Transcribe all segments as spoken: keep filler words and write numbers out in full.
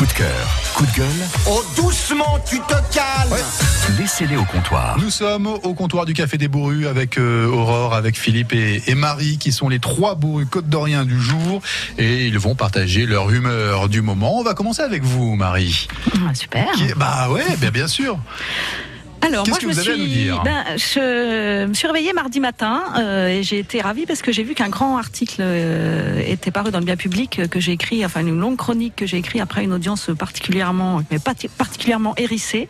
Coup de cœur, coup de gueule. Oh, doucement, tu te calmes. Ouais. Laissez-les au comptoir. Nous sommes au comptoir du Café des Bourrus avec euh, Aurore, avec Philippe et, et Marie, qui sont les trois bourrus côte-d'Oriens du jour. Et ils vont partager leur humeur du moment. On va commencer avec vous, Marie. Ah, super. Qui, bah ouais, bien, bien sûr. Alors, Qu'est-ce moi, que je vous me avez à nous suis, dire ben, je me suis réveillée mardi matin euh, et j'ai été ravie parce que j'ai vu qu'un grand article euh, était paru dans le bien public euh, que j'ai écrit, enfin une longue chronique que j'ai écrit après une audience particulièrement, mais pas particulièrement hérissée.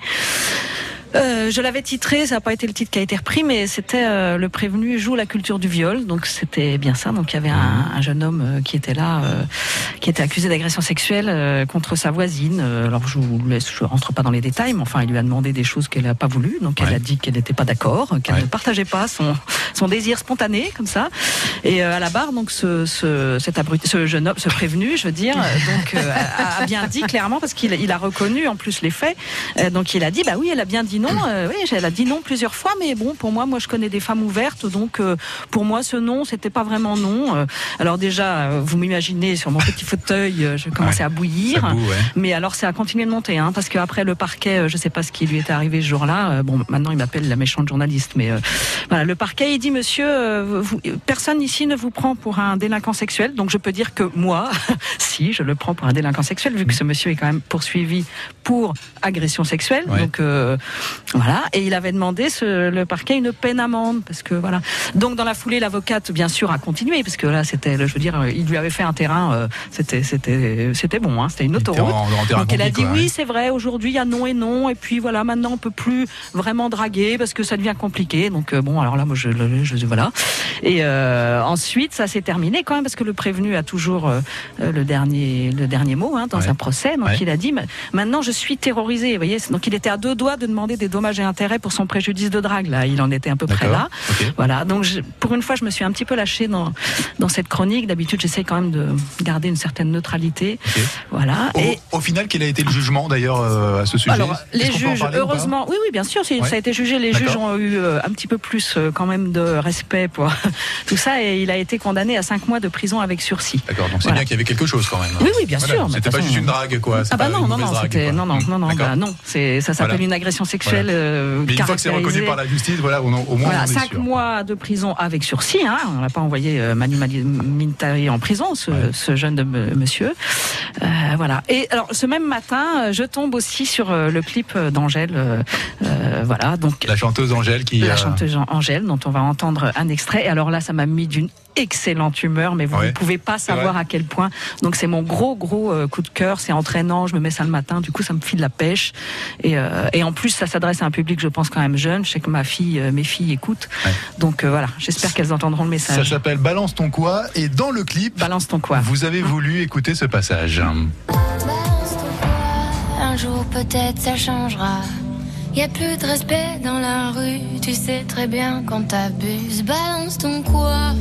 Euh, je l'avais titré, ça n'a pas été le titre qui a été repris, mais c'était euh, le prévenu joue la culture du viol, donc c'était bien ça. Donc il y avait un, un jeune homme euh, qui était là, euh, qui était accusé d'agression sexuelle euh, contre sa voisine. Euh, alors je vous laisse, je rentre pas dans les détails, mais enfin il lui a demandé des choses qu'elle n'a pas voulu, donc elle ouais. a dit qu'elle n'était pas d'accord, qu'elle ouais. ne partageait pas son son désir spontané comme ça. Et euh, à la barre, donc ce ce cet abruti, ce jeune homme, ce prévenu, je veux dire, donc euh, a, a bien dit clairement parce qu'il il a reconnu en plus les faits. Euh, donc il a dit bah oui, elle a bien dit non. Euh, oui, elle a dit non plusieurs fois, mais bon, pour moi, moi, je connais des femmes ouvertes, donc euh, pour moi, ce non, c'était pas vraiment non. Euh, alors déjà, euh, vous m'imaginez sur mon petit fauteuil, euh, je commençais ouais, à bouillir, boue, ouais. mais alors ça a continué de monter, hein, parce qu'après le parquet, euh, je sais pas ce qui lui était arrivé ce jour-là. Euh, bon, maintenant, il m'appelle la méchante journaliste, mais euh, voilà, le parquet, il dit, monsieur, euh, vous, personne ici ne vous prend pour un délinquant sexuel, donc je peux dire que moi, si, je le prends pour un délinquant sexuel, vu que ce monsieur est quand même poursuivi pour agression sexuelle, ouais. donc. Euh, Voilà, et il avait demandé ce, le parquet une peine amende parce que voilà. Donc dans la foulée, l'avocate bien sûr a continué parce que là c'était, je veux dire, il lui avait fait un terrain, euh, c'était c'était c'était bon, hein, c'était une autoroute. En, en Donc elle a dit quoi, oui, ouais. c'est vrai, aujourd'hui il y a non et non, et puis voilà, maintenant on peut plus vraiment draguer parce que ça devient compliqué. Donc euh, bon, alors là moi je, je, je voilà. Et euh, ensuite ça s'est terminé quand même parce que le prévenu a toujours euh, le dernier le dernier mot hein, dans ouais. un procès. Donc ouais. il a dit maintenant je suis terrorisé. Vous voyez, donc il était à deux doigts de demander des dommages et intérêts pour son préjudice de drague. Là, il en était un peu près là. Okay. Voilà. Donc, je, pour une fois, je me suis un petit peu lâchée dans dans cette chronique. D'habitude, j'essaie quand même de garder une certaine neutralité. Okay. Voilà. Au, et au final, quel a été le jugement d'ailleurs euh, à ce sujet? Alors, les juges, heureusement, oui, oui, bien sûr, ouais. ça a été jugé. Les D'accord. juges ont eu euh, un petit peu plus euh, quand même de respect pour tout ça, et il a été condamné à cinq mois de prison avec sursis. D'accord. Donc c'est voilà. bien qu'il y avait quelque chose quand même. Oui, oui, bien voilà. sûr. C'était pas façon, juste une drague, quoi. Ah bah non, non, non, drague, c'était non, non, non, non, bah, non. C'est ça s'appelle voilà. une agression sexuelle. Voilà. Euh, Mais une fois que c'est reconnu par la justice, voilà, on, au moins voilà, on est cinq sûr. mois de prison avec sursis. Hein, on l'a pas envoyé euh, Manu Mintari en prison, ce, ouais. ce jeune de, euh, monsieur. Euh, voilà. Et alors, ce même matin, je tombe aussi sur euh, le clip d'Angèle. Euh, euh, voilà, donc la chanteuse Angèle qui. La euh... chanteuse Angèle, dont on va entendre un extrait. Et alors là, ça m'a mis d'une excellente humeur, mais vous ouais. ne pouvez pas savoir à quel point. Donc c'est mon gros gros euh, coup de cœur, c'est entraînant, je me mets ça le matin, du coup ça me file la pêche, et, euh, et en plus ça s'adresse à un public je pense quand même jeune, je sais que ma fille, euh, mes filles écoutent, ouais. donc euh, voilà, j'espère qu'elles entendront le message. Ça s'appelle Balance ton quoi, et dans le clip, Balance ton quoi. Vous avez voulu écouter ce passage. Balance ton quoi, un jour peut-être ça changera. Y a plus de respect dans la rue, tu sais très bien quand t'abuses. Balance ton quoi.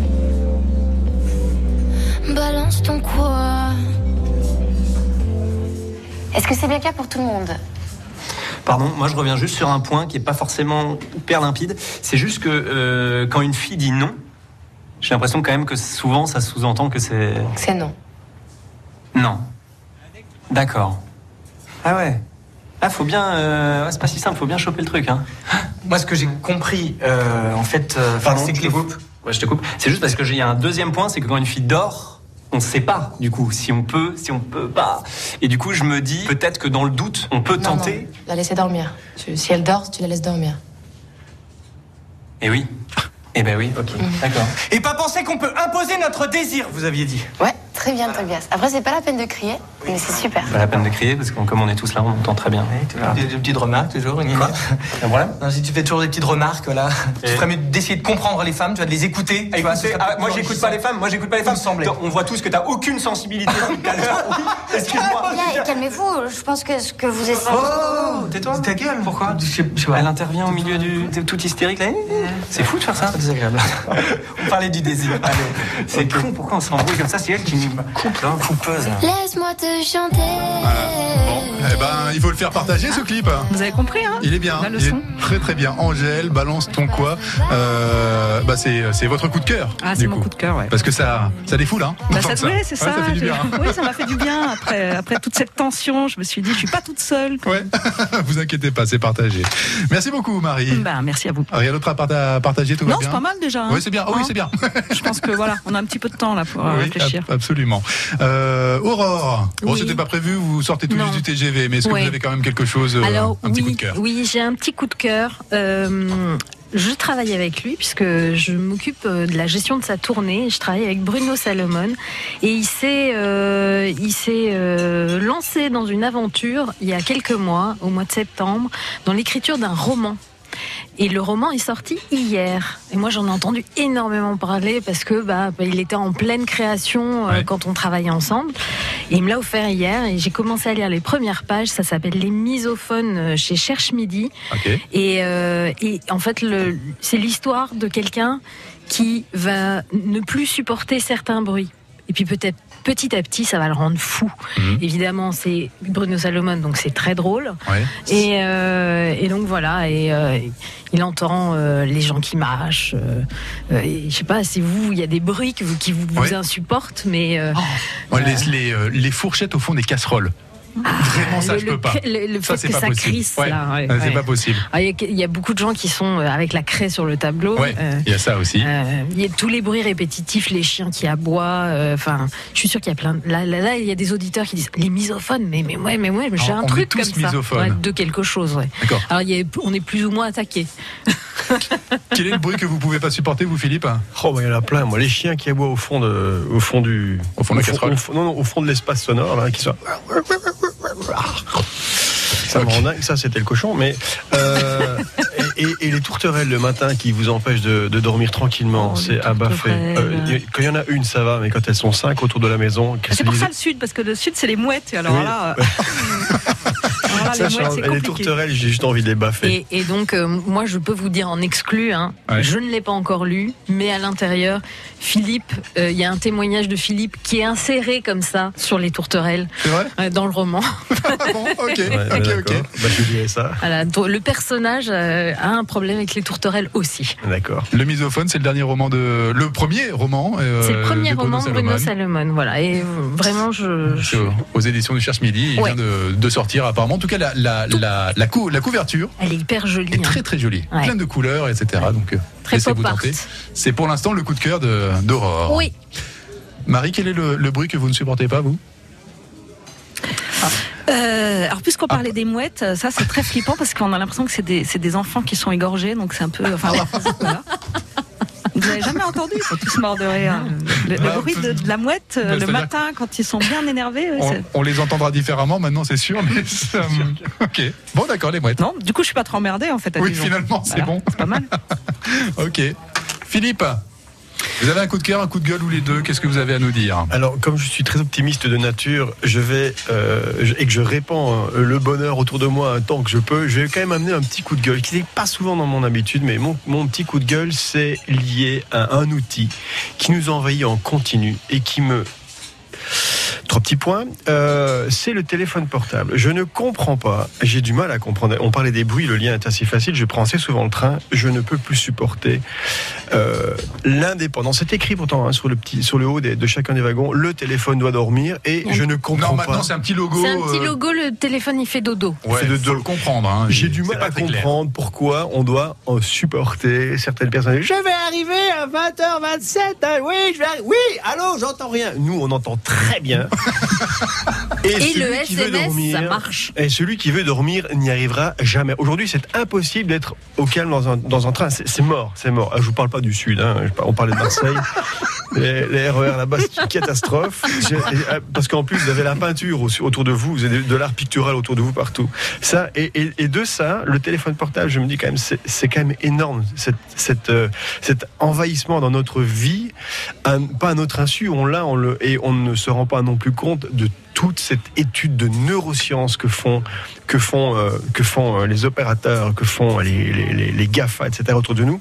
Balance ton quoi. Est-ce que c'est bien clair pour tout le monde? Pardon, moi je reviens juste sur un point qui n'est pas forcément hyper limpide. C'est juste que euh, quand une fille dit non, j'ai l'impression quand même que souvent ça sous-entend que c'est... C'est non. Non. D'accord. Ah ouais. Ah, faut bien... Euh... Ouais, c'est pas si simple, faut bien choper le truc. Hein. Moi, ce que j'ai compris, euh, en fait... Euh, Pardon, c'est que je te coupe. Ouais, je te coupe. C'est juste parce qu'il y a un deuxième point, c'est que quand une fille dort... On ne sait pas, du coup, si on peut, si on peut pas. Et du coup, je me dis, peut-être que dans le doute, on peut non, tenter... Non, la laisser dormir. Tu, si elle dort, tu la laisses dormir. Eh oui. Eh ben oui, ok, mmh. d'accord. Et pas penser qu'on peut imposer notre désir, vous aviez dit. Ouais, très bien, Tobias. Après, c'est pas la peine de crier, oui. mais c'est super. Pas la peine de crier, parce que comme on est tous là, on entend très bien. Oui, tu vois, des, des petites remarques, toujours. Une Quoi Un problème non, si tu fais toujours des petites remarques, là, et... tu ferais mieux d'essayer de comprendre les femmes, tu vas de les écouter. Tu vois, ah, moi, j'écoute pas les femmes, moi, j'écoute pas les femmes. On voit tous que t'as aucune sensibilité depuis tout à l'heure. Excuse-moi. Calmez-vous, je pense que ce que vous essayez... Oh, tais-toi. Ta gueule. Pourquoi Elle intervient au milieu du... T'es toute hystérique, là. C'est fou de faire ça. C'est désagréable. On parlait du désir. C'est con, pourquoi on s'embrouille comme ça? C'est elle qui nous coupe, là, coupeuse. Laisse laisse-moi te chanter. Bon, eh ben, il faut le faire partager ce clip. Vous avez compris, hein? Il est bien, La il est leçon. très très bien. Angèle, balance ton quoi. Euh, bah c'est c'est votre coup de cœur. Ah, c'est du mon coup. coup de cœur, ouais. Parce que ça ça défoule, hein. Bah, Enfin, ça, ouais, c'est ça. Ouais, ça fait du bien. Je- Oui, ça m'a fait du bien. Après, après toute cette tension, je me suis dit, je suis pas toute seule. Ouais, vous inquiétez pas, c'est partagé. Merci beaucoup, Marie. Bah, merci à vous. Rien d'autre à parta- partager, tout va Non, bien. c'est pas mal déjà. hein. Oui, c'est bien. Oh, oui, Hein c'est bien. Je pense que voilà, on a un petit peu de temps là pour euh, Oui, réfléchir. ab- absolument. Euh, Aurore, bon, Oui. c'était pas prévu, vous sortez tout Non. juste du T G V, mais est-ce que Oui. vous avez quand même quelque chose, euh, Alors un petit coup oui, de cœur? oui, j'ai un petit coup de cœur. Euh, je travaille avec lui puisque je m'occupe euh, de la gestion de sa tournée. Je travaille avec Bruno Salomon et il s'est, euh, il s'est euh, lancé dans une aventure il y a quelques mois, au mois de septembre, dans l'écriture d'un roman. Et le roman est sorti hier. Et moi, j'en ai entendu énormément parler parce que bah, il était en pleine création euh, Ouais. quand on travaillait ensemble. Et il me l'a offert hier et j'ai commencé à lire les premières pages. Ça s'appelle Les Misophones euh, chez Cherche Midi. Ok. Et, euh, et en fait, le, c'est l'histoire de quelqu'un qui va ne plus supporter certains bruits. Et puis peut-être petit à petit, ça va le rendre fou. Mhm. Évidemment, c'est Bruno Salomon, donc c'est très drôle. Ouais. Et, euh, et donc voilà, et euh, il entend euh, les gens qui marchent. Euh, euh, et je sais pas si vous, il y a des bruits qui vous, qui vous, vous Ouais. insupportent, mais euh, Ouais, les, les, euh, les fourchettes au fond des casseroles. Vraiment, ça, le, je le peux pas. cra- le, le Ça, fait c'est que pas ça possible. crisse, Ouais. là, ouais, Ah, c'est ouais. pas possible. Ah, il y a- il y a beaucoup de gens qui sont euh, avec la craie sur le tableau. Ouais, Euh, il y a ça aussi. Euh, il y a tous les bruits répétitifs, les chiens qui aboient. Enfin, je suis sûre qu'il y a plein. De... Là, là, là, il y a des auditeurs qui disent les misophones. Mais, mais ouais, mais ouais, mais j'ai Alors, un on truc est tous comme ça. misophones. Ouais, de quelque chose. Ouais. D'accord. Alors, il y a, on est plus ou moins attaqué. Quel est le bruit que vous pouvez pas supporter, vous, Philippe? Oh, bah, il y en a plein. Moi, les chiens qui aboient au fond de, au fond du, Au fond de la casserole. au fond- non, non, au fond de l'espace sonore, là, qui soit. Ça me rend dingue. Ça, c'était le cochon. Mais euh, et, et- et les tourterelles le matin qui vous empêchent de, de dormir tranquillement, Oh, c'est les abaffé. tourterelles. Euh, quand il y en a une, ça va, mais quand elles sont cinq autour de la maison, qu'elles C'est se pour disent- ça le sud, parce que le sud, c'est les mouettes. Et alors Oui. là, euh, alors là, Ça les mouettes, change. c'est Et les compliqué. tourterelles, j'ai juste envie de les baffer. Et, et donc, euh, moi, je peux vous dire en exclu, hein, Ouais. je ne l'ai pas encore lu, mais à l'intérieur, Philippe, euh, il y a un témoignage de Philippe qui est inséré comme ça sur les tourterelles C'est vrai? euh, dans le roman. Ah bon, ok, Ouais, ok, d'accord. ok. Bah, je dirais ça. Voilà, donc, le personnage euh, a un problème avec les tourterelles aussi. D'accord. Le Misophone, c'est le dernier roman de, le premier roman. euh, C'est le premier de Bruno roman de Bruno Salomon. Salomon. Voilà, et euh, vraiment, je. je- C'est aux- aux éditions du Cherche Midi, il Ouais. vient de, de sortir apparemment. En tout cas, la, la, la, la, cou- la couverture Elle est hyper jolie. est hein. très très jolie, Ouais. pleine de couleurs, et cetera. Donc, euh, Très laissez-vous pop art. tenter. C'est pour l'instant le coup de cœur de- d'Aurore. Oui. Marie, quel est le, le bruit que vous ne supportez pas, vous? Euh, alors puisqu'on parlait des mouettes, ça c'est très flippant parce qu'on a l'impression que c'est des, c'est des enfants qui sont égorgés, donc c'est un peu. Enfin, voilà. Vous n'avez jamais entendu? Ils sont tous morts de rire. Le, le Bah, bruit de, de la mouette bah, euh, le c'est-à-dire- matin quand ils sont bien énervés. oui, On, c'est- on les entendra différemment maintenant, c'est sûr. Mais ça, ok. Bon, d'accord, les mouettes. Non, du coup je suis pas trop emmerdée en fait. à Oui, Dijon. finalement, c'est Voilà, bon. C'est pas mal. Ok. Philippe, vous avez un coup de cœur, un coup de gueule ou les deux? Qu'est-ce que vous avez à nous dire? Alors, comme je suis très optimiste de nature, je vais euh, je- et que je répands euh, le bonheur autour de moi tant que je peux, je vais quand même amener un petit coup de gueule qui n'est pas souvent dans mon habitude, mais mon, mon petit coup de gueule, c'est lié à un outil qui nous envahit en continu et qui me... Trois petits points. Euh, c'est le téléphone portable. Je ne comprends pas. J'ai du mal à comprendre. On parlait des bruits. Le lien est assez facile. Je prends assez souvent le train. Je ne peux plus supporter euh, l'indépendance. C'est écrit pourtant hein, sur le petit, sur le haut des- de chacun des wagons. Le téléphone doit dormir. Et je ne comprends Non, pas. maintenant c'est un petit logo. C'est un petit euh, logo, le téléphone il fait dodo. Ouais, fait de faut deux. le comprendre. Hein. J'ai du C'est mal pas à très clair. comprendre pourquoi on doit en supporter certaines personnes. Je vais arriver à vingt heures vingt-sept. hein, Oui, je vais arri- Oui, allô, j'entends rien. Nous, on entend très bien. Et, Et celui le qui veut S M S, dormir- ça marche. Et celui qui veut dormir n'y arrivera jamais. Aujourd'hui, c'est impossible d'être au calme dans un, dans un train. C'est c'est mort, c'est mort. Je vous parle pas du Sud. Hein. Je par- On parlait de Marseille. Les, les R E R là-bas, c'est une catastrophe. J'ai- et, Parce qu'en plus, vous avez la peinture au- autour de vous, vous avez de l'art pictural autour de vous partout. Ça, et, et, et de ça, le téléphone portable, je me dis quand même, c'est c'est quand même énorme, cette, cette, euh, cet envahissement dans notre vie, un- pas à notre insu, on l'a, on le, et on ne se rend pas non plus compte de toute cette étude de neurosciences que font, que font, euh, que font euh, les opérateurs, que font les, les, les, les GAFA, et cetera autour de nous.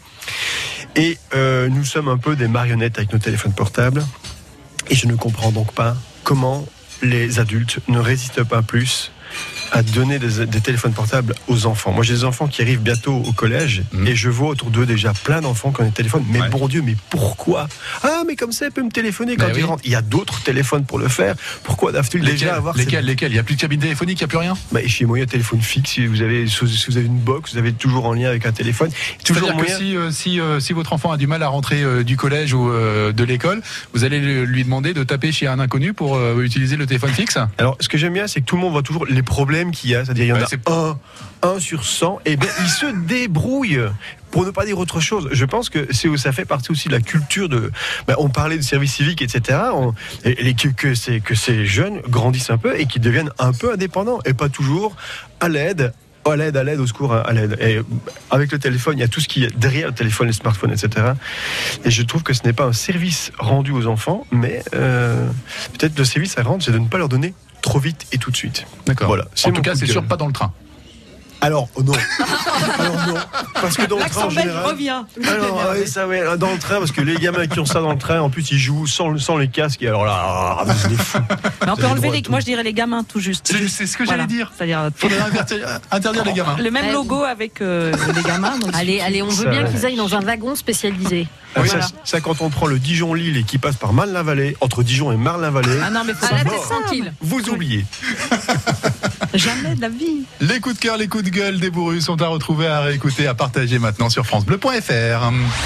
Et euh, nous sommes un peu des marionnettes avec nos téléphones portables. Et je ne comprends donc pas comment les adultes ne résistent pas plus à donner des, des téléphones portables aux enfants. Moi, j'ai des enfants qui arrivent bientôt au collège mmh. et je vois autour d'eux déjà plein d'enfants qui ont des téléphones. Mais ouais. bon Dieu, mais pourquoi ? Ah, mais comme ça, elle peut me téléphoner quand il oui. rentre. Il y a d'autres téléphones pour le faire. Pourquoi doivent-ils déjà avoir lesquels, cette... lesquels ? Il n'y a plus de cabine téléphonique, il n'y a plus rien ? Bah, chez moi, il y a un téléphone fixe. Si vous avez, si vous avez une box, vous avez toujours en lien avec un téléphone. Toujours moyen... que si, euh, si, euh, si votre enfant a du mal à rentrer euh, du collège ou euh, de l'école, vous allez lui demander de taper chez un inconnu pour euh, utiliser le téléphone fixe ? Alors, ce que j'aime bien, c'est que tout le monde voit toujours les problèmes qu'il y a. C'est-à-dire, il y en ouais, a c'est... un, un sur cent. Et bien, il se débrouille. Pour ne pas dire autre chose, je pense que c'est où ça fait partie aussi de la culture de. Ben, on parlait de service civique, et cetera. On, et, et que, que, ces, que ces jeunes grandissent un peu et qu'ils deviennent un peu indépendants et pas toujours à l'aide. À l'aide, à l'aide, au secours, à l'aide. Et avec le téléphone, il y a tout ce qui est derrière le téléphone, les smartphones, et cetera. Et je trouve que ce n'est pas un service rendu aux enfants, mais euh, peut-être le service à rendre, c'est de ne pas leur donner trop vite et tout de suite. D'accord. Voilà. En tout cas, c'est sûr, pas dans le train. Alors, oh non. Alors, non. Parce que dans L'accent le train, en général... revient. Alors, ouais, ça, ouais, dans le train, parce que les gamins qui ont ça dans le train, en plus, ils jouent sans, sans les casques. Et alors là, ah, vous êtes fous. Mais on peut enlever les, moi je dirais les gamins tout juste. C'est, c'est ce que voilà. j'allais dire. C'est-à-dire, faudrait interdire les gamins. Le même logo avec euh, les gamins. Donc allez, allez, on veut ça, bien ouais. qu'ils aillent dans un wagon spécialisé. Ah oui, voilà. ça, ça, quand on prend le Dijon-Lille et qui passe par Marne-la-Vallée, entre Dijon et Marne-la-Vallée. Ah non, mais faut ah, là, t'es tranquille. Vous oubliez. Jamais de la vie. Les coups de cœur, les coups de gueule des bourrus sont à retrouver, à réécouter, à partager maintenant sur francebleu point fr.